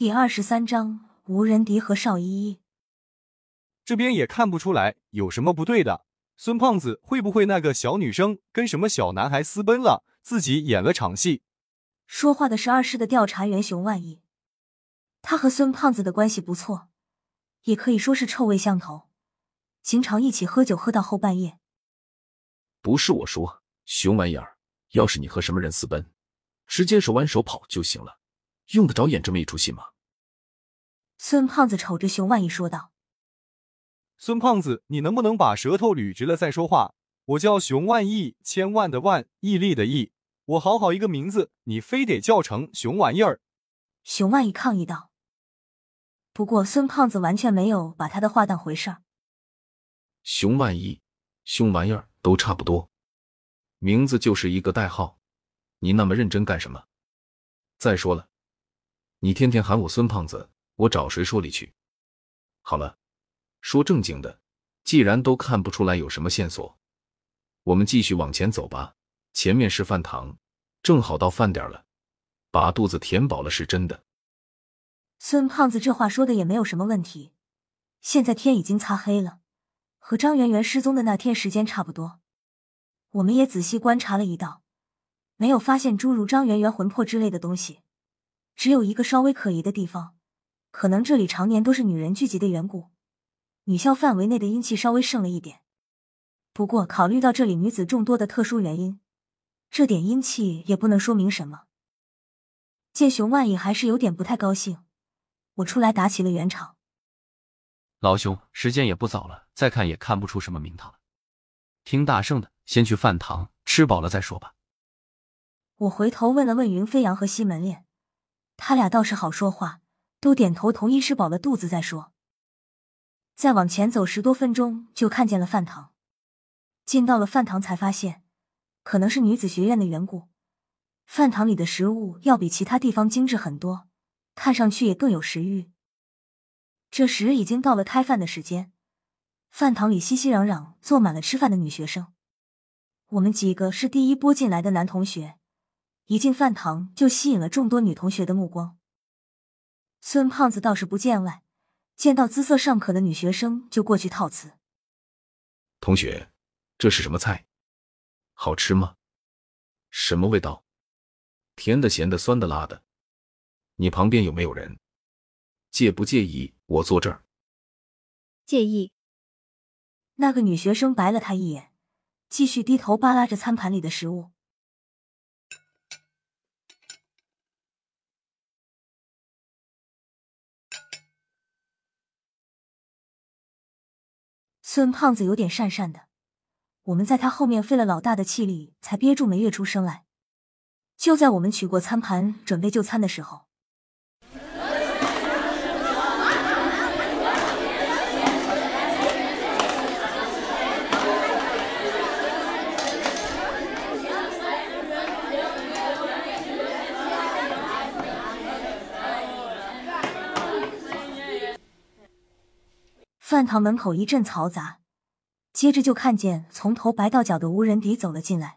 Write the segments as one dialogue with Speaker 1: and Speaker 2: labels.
Speaker 1: 第23章吴仁迪和邵依依。
Speaker 2: 这边也看不出来有什么不对的，孙胖子会不会那个小女生跟什么小男孩私奔了，自己演了场戏？
Speaker 1: 说话的是2室的调查员熊万义，他和孙胖子的关系不错，也可以说是臭味相投，经常一起喝酒喝到后半夜。
Speaker 3: 不是我说，熊玩意儿，要是你和什么人私奔，直接手挽手跑就行了，用得着演这么一出戏吗？
Speaker 1: 孙胖子瞅着熊万义说道。
Speaker 2: 孙胖子，你能不能把舌头捋直了再说话？我叫熊万义，千万的万，毅力的毅，我好好一个名字，你非得叫成熊玩意儿。
Speaker 1: 熊万义抗议道。不过孙胖子完全没有把他的话当回事儿。
Speaker 3: 熊万义、熊玩意儿都差不多，名字就是一个代号，你那么认真干什么？再说了，你天天喊我孙胖子，我找谁说理去？好了，说正经的，既然都看不出来有什么线索，我们继续往前走吧。前面是饭堂，正好到饭点了，把肚子填饱了是真的。
Speaker 1: 孙胖子这话说的也没有什么问题，现在天已经擦黑了，和张媛媛失踪的那天时间差不多。我们也仔细观察了一道，没有发现诸如张媛媛魂魄之类的东西，只有一个稍微可疑的地方，可能这里常年都是女人聚集的缘故，女校范围内的阴气稍微盛了一点。不过考虑到这里女子众多的特殊原因，这点阴气也不能说明什么。见熊万义还是有点不太高兴，我出来打起了圆场。
Speaker 4: 老兄，时间也不早了，再看也看不出什么名堂了。听大圣的，先去饭堂，吃饱了再说吧。
Speaker 1: 我回头问了问云飞扬和西门烈，他俩倒是好说话，都点头同意吃饱了肚子再说。再往前走10多分钟就看见了饭堂。进到了饭堂才发现，可能是女子学院的缘故，饭堂里的食物要比其他地方精致很多，看上去也更有食欲。这时已经到了开饭的时间，饭堂里熙熙攘攘坐满了吃饭的女学生。我们几个是第一波进来的男同学，一进饭堂就吸引了众多女同学的目光。孙胖子倒是不见外，见到姿色尚可的女学生就过去套词。
Speaker 3: 同学，这是什么菜？好吃吗？什么味道？甜的、咸的、酸的、辣的？你旁边有没有人？介不介意我坐这儿？
Speaker 5: 介意。
Speaker 1: 那个女学生白了他一眼，继续低头扒拉着餐盘里的食物。孙胖子有点讪讪的，我们在他后面费了老大的气力才憋住没跃出声来。就在我们取过餐盘准备就餐的时候，饭堂门口一阵嘈杂，接着就看见从头白到脚的吴仁迪走了进来。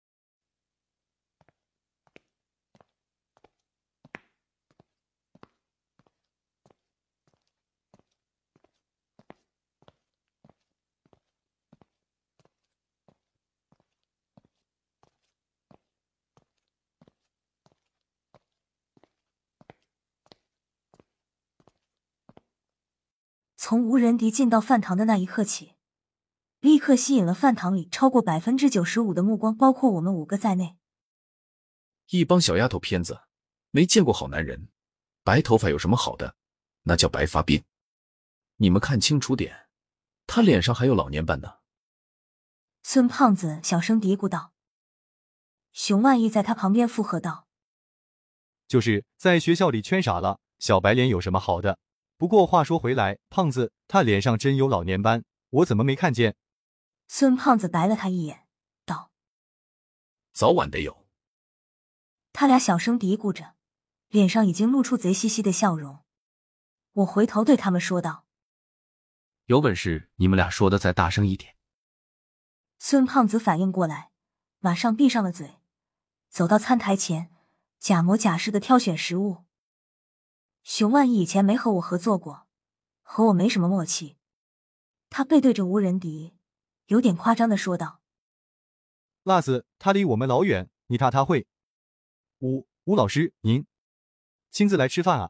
Speaker 1: 从吴仁迪进到饭堂的那一刻起，立刻吸引了饭堂里超过95%的目光，包括我们5个在内。
Speaker 3: 一帮小丫头片子，没见过好男人，白头发有什么好的？那叫白发病。你们看清楚点，他脸上还有老年斑呢。
Speaker 1: 孙胖子小声嘀咕道。熊万义在他旁边附和道：
Speaker 2: 就是在学校里圈傻了，小白脸有什么好的？不过话说回来，胖子，他脸上真有老年斑，我怎么没看见？
Speaker 1: 孙胖子白了他一眼，道：
Speaker 3: 早晚得有。
Speaker 1: 他俩小声嘀咕着，脸上已经露出贼兮兮的笑容。我回头对他们说道：
Speaker 4: 有本事你们俩说的再大声一点。
Speaker 1: 孙胖子反应过来，马上闭上了嘴，走到餐台前，假模假式的挑选食物。 熊万一以前没和我合作过，和我没什么默契。他背对着吴仁迪，有点夸张的说道：“
Speaker 2: 辣子，他离我们老远，你怕他会？吴老师，您亲自来吃饭啊？”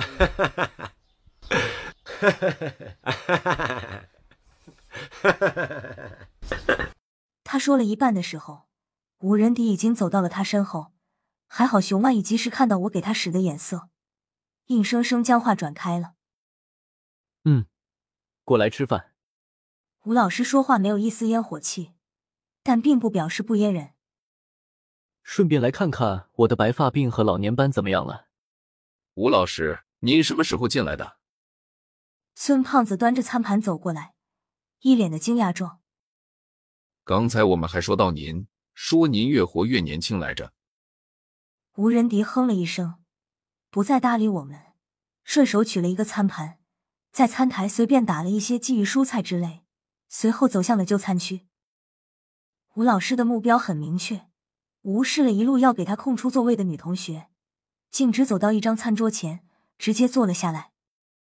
Speaker 1: 他说了一半的时候，吴仁迪已经走到了他身后，还好熊万一及时看到我给他使的眼色，硬生生将话转开了。
Speaker 6: 过来吃饭。
Speaker 1: 吴老师说话没有一丝烟火气，但并不表示不噎人。
Speaker 6: 顺便来看看我的白发病和老年斑怎么样了。
Speaker 3: 吴老师，您什么时候进来的？
Speaker 1: 孙胖子端着餐盘走过来，一脸的惊讶状。
Speaker 3: 刚才我们还说到您，说您越活越年轻来着。
Speaker 1: 吴仁迪哼了一声，不再搭理我们，顺手取了一个餐盘，在餐台随便打了一些鲫鱼蔬菜之类，随后走向了就餐区。吴老师的目标很明确，无视了一路要给他空出座位的女同学，径直走到一张餐桌前，直接坐了下来。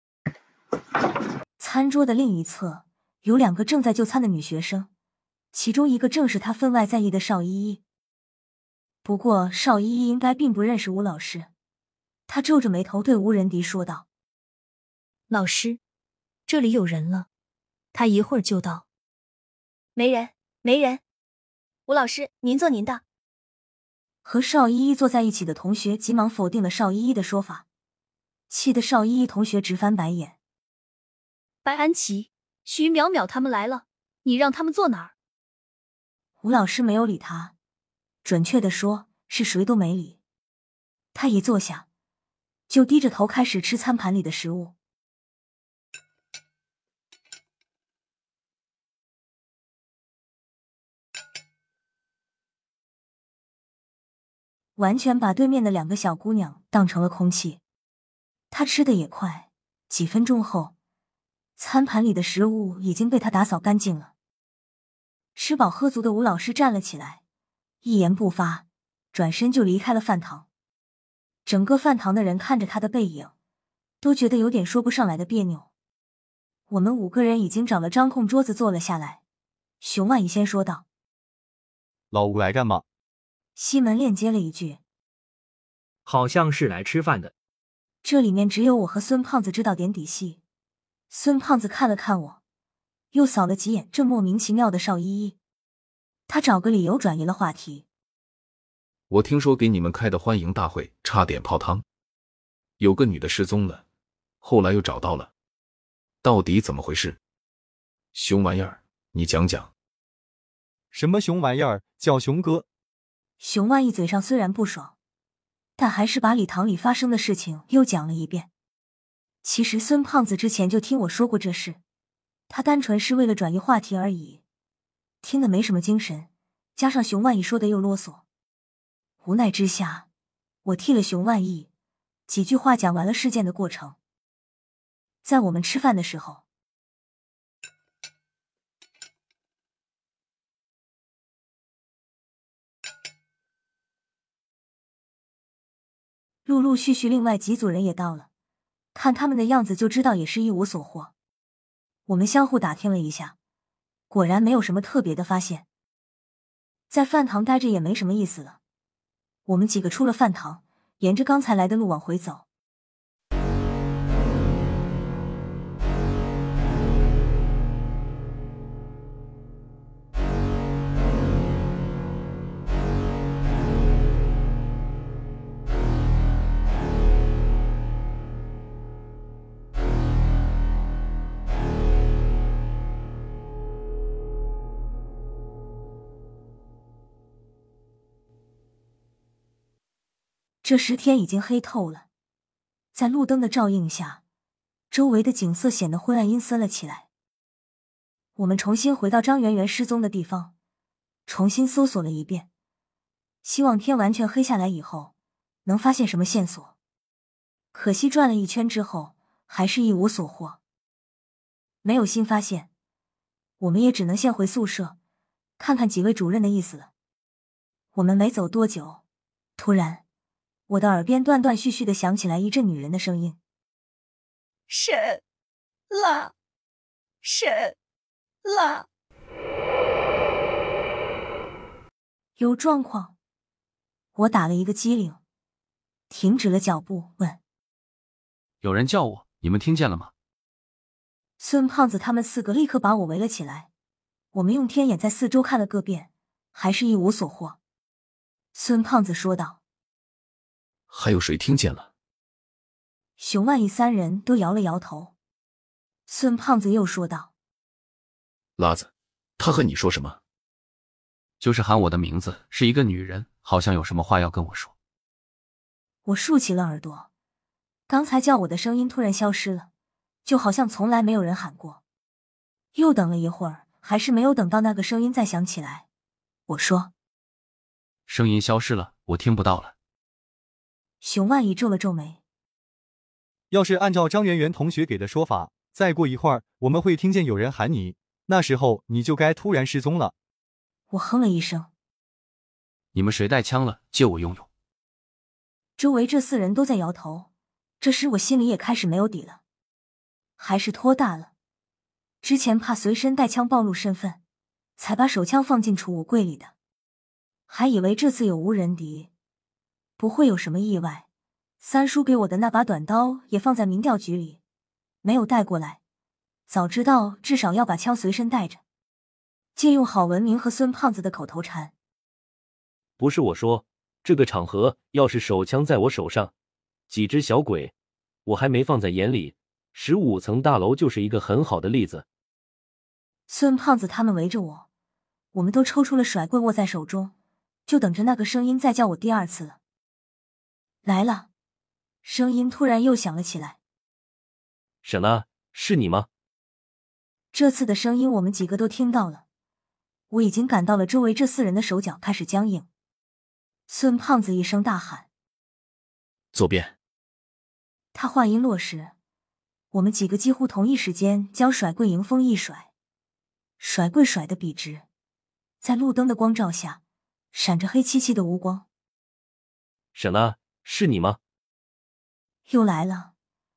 Speaker 1: 餐桌的另一侧有2个正在就餐的女学生，其中一个正是他分外在意的邵依依。不过邵依依应该并不认识吴老师，她皱着眉头对吴仁迪说道：“
Speaker 5: 老师，这里有人了，他一会儿就到。”
Speaker 7: 没人。吴老师，您做您的。
Speaker 1: 和邵依依坐在一起的同学急忙否定了邵依依的说法，气得邵依依同学直翻白眼。
Speaker 7: 白安琪、徐淼淼他们来了，你让他们坐哪儿？
Speaker 1: 吴老师没有理他，准确的说是谁都没理。他一坐下，就低着头开始吃餐盘里的食物。完全把对面的2个小姑娘当成了空气。他吃的也快，几分钟后，餐盘里的食物已经被他打扫干净了。吃饱喝足的吴老师站了起来，一言不发，转身就离开了饭堂。整个饭堂的人看着他的背影，都觉得有点说不上来的别扭。我们5个人已经找了张空桌子坐了下来。熊万一先说道：“
Speaker 2: 老吴来干嘛？”
Speaker 1: 西门链接了一句：“
Speaker 8: 好像是来吃饭的。”
Speaker 1: 这里面只有我和孙胖子知道点底细。孙胖子看了看我，又扫了几眼这莫名其妙的邵依依，他找个理由转移了话题。
Speaker 3: 我听说给你们开的欢迎大会差点泡汤，有个女的失踪了，后来又找到了，到底怎么回事？熊玩意儿，你讲讲。
Speaker 2: 什么熊玩意儿？叫熊哥。
Speaker 1: 熊万一嘴上虽然不爽，但还是把礼堂里发生的事情又讲了一遍。其实孙胖子之前就听我说过这事，他单纯是为了转移话题而已，听得没什么精神，加上熊万一说的又啰嗦，无奈之下，我替了熊万一，几句话讲完了事件的过程。在我们吃饭的时候，陆陆续续另外几组人也到了，看他们的样子就知道也是一无所获。我们相互打听了一下，果然没有什么特别的发现。在饭堂待着也没什么意思了，我们几个出了饭堂，沿着刚才来的路往回走。这时天已经黑透了，在路灯的照映下，周围的景色显得昏暗阴森了起来。我们重新回到张媛媛失踪的地方，重新搜索了一遍，希望天完全黑下来以后能发现什么线索。可惜转了一圈之后，还是一无所获。没有新发现，我们也只能先回宿舍，看看几位主任的意思了。我们没走多久，突然我的耳边断断续续地响起来一阵女人的声音。
Speaker 9: 审了，审了。
Speaker 1: 有状况。我打了一个激灵，停止了脚步，问：
Speaker 4: 有人叫我，你们听见了吗？
Speaker 1: 孙胖子他们4个立刻把我围了起来。我们用天眼在四周看了个遍，还是一无所获。孙胖子说道：
Speaker 3: 还有谁听见了？
Speaker 1: 熊万义3人都摇了摇头。孙胖子又说道：
Speaker 3: 拉子，他和你说什么？
Speaker 4: 就是喊我的名字，是一个女人，好像有什么话要跟我说。
Speaker 1: 我竖起了耳朵，刚才叫我的声音突然消失了，就好像从来没有人喊过。又等了一会儿，还是没有等到那个声音再响起来。我说：
Speaker 4: 声音消失了，我听不到了。
Speaker 1: 熊万义皱了皱眉。
Speaker 2: 要是按照张圆圆同学给的说法，再过一会儿我们会听见有人喊你，那时候你就该突然失踪了。
Speaker 1: 我哼了一声。
Speaker 4: 你们谁带枪了？借我用用。
Speaker 1: 周围这4人都在摇头，这时我心里也开始没有底了。还是托大了，之前怕随身带枪暴露身份，才把手枪放进储物柜里的，还以为这次有无人敌，不会有什么意外。三叔给我的那把短刀也放在民调局里，没有带过来。早知道至少要把枪随身带着。借用郝文明和孙胖子的口头禅：
Speaker 10: 不是我说，这个场合要是手枪在我手上，几只小鬼我还没放在眼里，15层大楼就是一个很好的例子。
Speaker 1: 孙胖子他们围着我，我们都抽出了甩棍握在手中，就等着那个声音再叫我第2次了。来了，声音突然又响了起来。
Speaker 10: 沈啊，是你吗？
Speaker 1: 这次的声音我们几个都听到了，我已经感到了周围这4人的手脚开始僵硬。孙胖子一声大喊：
Speaker 3: 左边！
Speaker 1: 他话音落时，我们几个几乎同一时间将甩棍迎风一甩，甩棍甩得笔直，在路灯的光照下闪着黑漆漆的无光。
Speaker 10: 沈啊，是你吗？
Speaker 1: 又来了。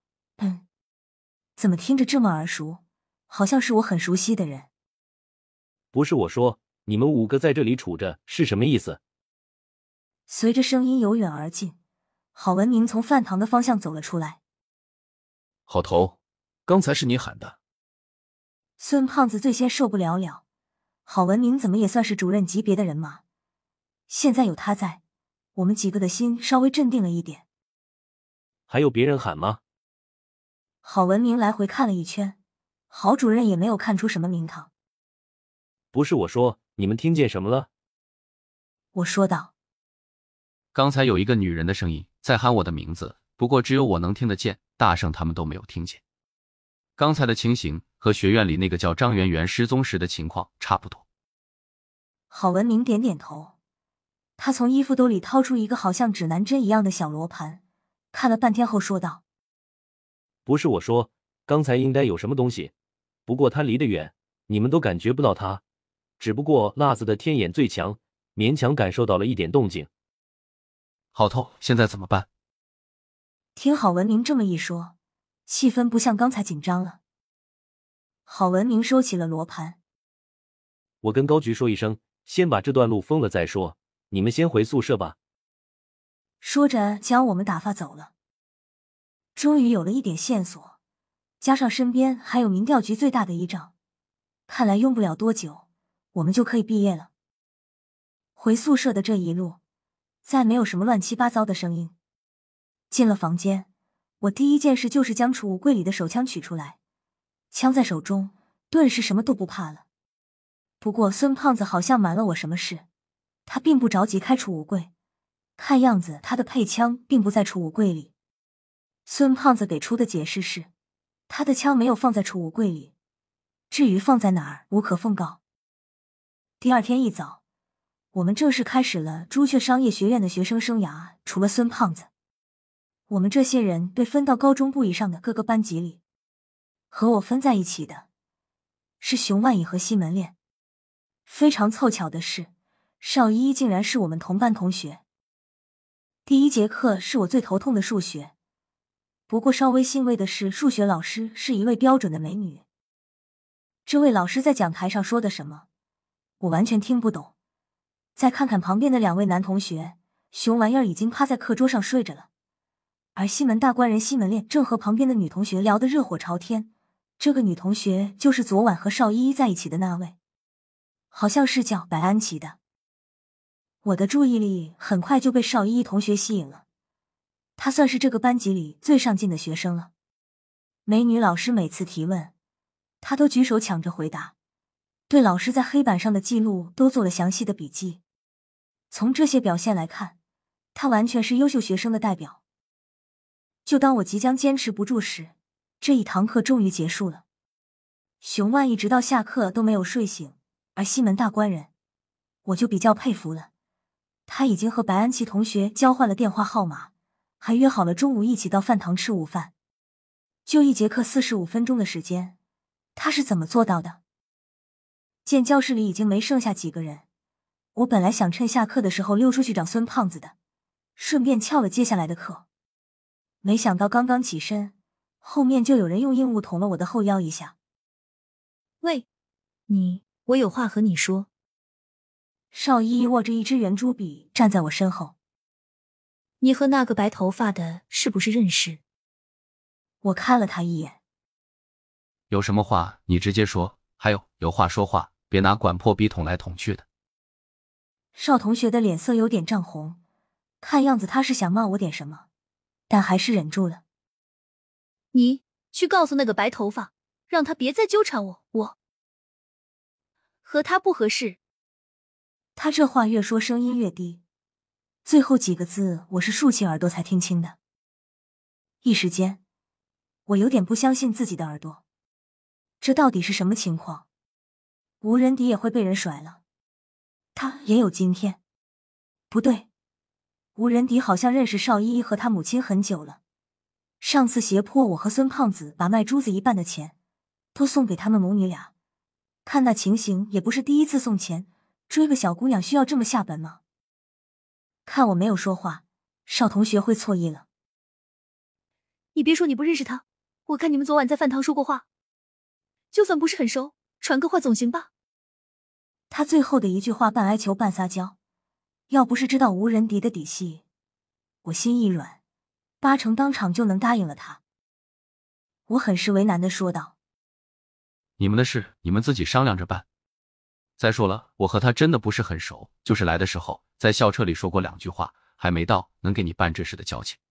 Speaker 1: 怎么听着这么耳熟，好像是我很熟悉的人。
Speaker 10: 不是我说，你们5个在这里杵着是什么意思？
Speaker 1: 随着声音由远而近，郝文明从饭堂的方向走了出来。
Speaker 3: 郝头，刚才是你喊的。
Speaker 1: 孙胖子最先受不了了，郝文明怎么也算是主任级别的人嘛，现在有他在，我们几个的心稍微镇定了一点。
Speaker 10: 还有别人喊吗？
Speaker 1: 郝文明来回看了一圈，郝主任也没有看出什么名堂。
Speaker 10: 不是我说，你们听见什么了？
Speaker 1: 我说道：
Speaker 4: 刚才有一个女人的声音在喊我的名字，不过只有我能听得见，大圣他们都没有听见。刚才的情形和学院里那个叫张圆圆失踪时的情况差不多。
Speaker 1: 郝文明点点头，他从衣服兜里掏出一个好像指南针一样的小罗盘，看了半天后说道：
Speaker 10: 不是我说，刚才应该有什么东西，不过它离得远，你们都感觉不到它，只不过辣子的天眼最强，勉强感受到了一点动静。
Speaker 4: 郝头，现在怎么办？
Speaker 1: 听郝文明这么一说，气氛不像刚才紧张了。郝文明收起了罗盘。
Speaker 10: 我跟高局说一声，先把这段路封了再说，你们先回宿舍吧。
Speaker 1: 说着将我们打发走了。终于有了一点线索，加上身边还有民调局最大的依仗，看来用不了多久，我们就可以毕业了。回宿舍的这一路，再没有什么乱七八糟的声音。进了房间，我第一件事就是将储物柜里的手枪取出来，枪在手中，顿时什么都不怕了。不过孙胖子好像瞒了我什么事，他并不着急开储物柜，看样子他的配枪并不在储物柜里。孙胖子给出的解释是，他的枪没有放在储物柜里，至于放在哪儿，无可奉告。第2天一早，我们正式开始了朱雀商业学院的学生生涯。除了孙胖子，我们这些人被分到高中部以上的各个班级里。和我分在一起的是熊万乙和西门恋。非常凑巧的是，邵依依竟然是我们同班同学。第1节课是我最头痛的数学， 不过稍微欣慰的是，数学老师是一位标准的美女。这位老师在讲台上说的什么，我完全听不懂。再看看旁边的2位男同学，熊玩意儿已经趴在课桌上睡着了，而西门大官人西门烈正和旁边的女同学聊得热火朝天。这个女同学就是昨晚和邵依依在一起的那位，好像是叫白安琪的。我的注意力很快就被邵依依同学吸引了，她算是这个班级里最上进的学生了。美女老师每次提问，她都举手抢着回答，对老师在黑板上的记录都做了详细的笔记。从这些表现来看，她完全是优秀学生的代表。就当我即将坚持不住时，这一堂课终于结束了。熊万一直到下课都没有睡醒，而西门大官人，我就比较佩服了。他已经和白安琪同学交换了电话号码，还约好了中午一起到饭堂吃午饭。就1节课45分钟的时间，他是怎么做到的？见教室里已经没剩下几个人，我本来想趁下课的时候溜出去找孙胖子的，顺便翘了接下来的课。没想到刚刚起身，后面就有人用硬物捅了我的后腰一下。
Speaker 5: 喂，我有话和你说。
Speaker 1: 邵依依握着一支圆珠笔站在我身后。
Speaker 5: 你和那个白头发的是不是认识？
Speaker 1: 我看了他一眼。
Speaker 4: 有什么话你直接说，还有话说话，别拿管破笔捅来捅去的。
Speaker 1: 邵同学的脸色有点涨红，看样子他是想骂我点什么，但还是忍住了。
Speaker 7: 你去告诉那个白头发，让他别再纠缠我和他不合适。
Speaker 1: 他这话越说声音越低，最后几个字我是竖起耳朵才听清的。一时间，我有点不相信自己的耳朵，这到底是什么情况？吴仁迪也会被人甩了，他也有今天？不对，吴仁迪好像认识邵依依和他母亲很久了，上次胁迫我和孙胖子把卖珠子一半的钱都送给他们母女俩，看那情形也不是第一次送钱，追个小姑娘需要这么下本吗？看我没有说话，邵同学会错意了。
Speaker 7: 你别说你不认识他，我看你们昨晚在饭堂说过话，就算不是很熟，传个话总行吧。
Speaker 1: 他最后的一句话半哀求半撒娇，要不是知道吴仁迪的底细，我心一软，8成当场就能答应了他。我很是为难地说道：
Speaker 4: 你们的事你们自己商量着办。再说了，我和他真的不是很熟，就是来的时候在校车里说过2句话，还没到能给你办这事的交情。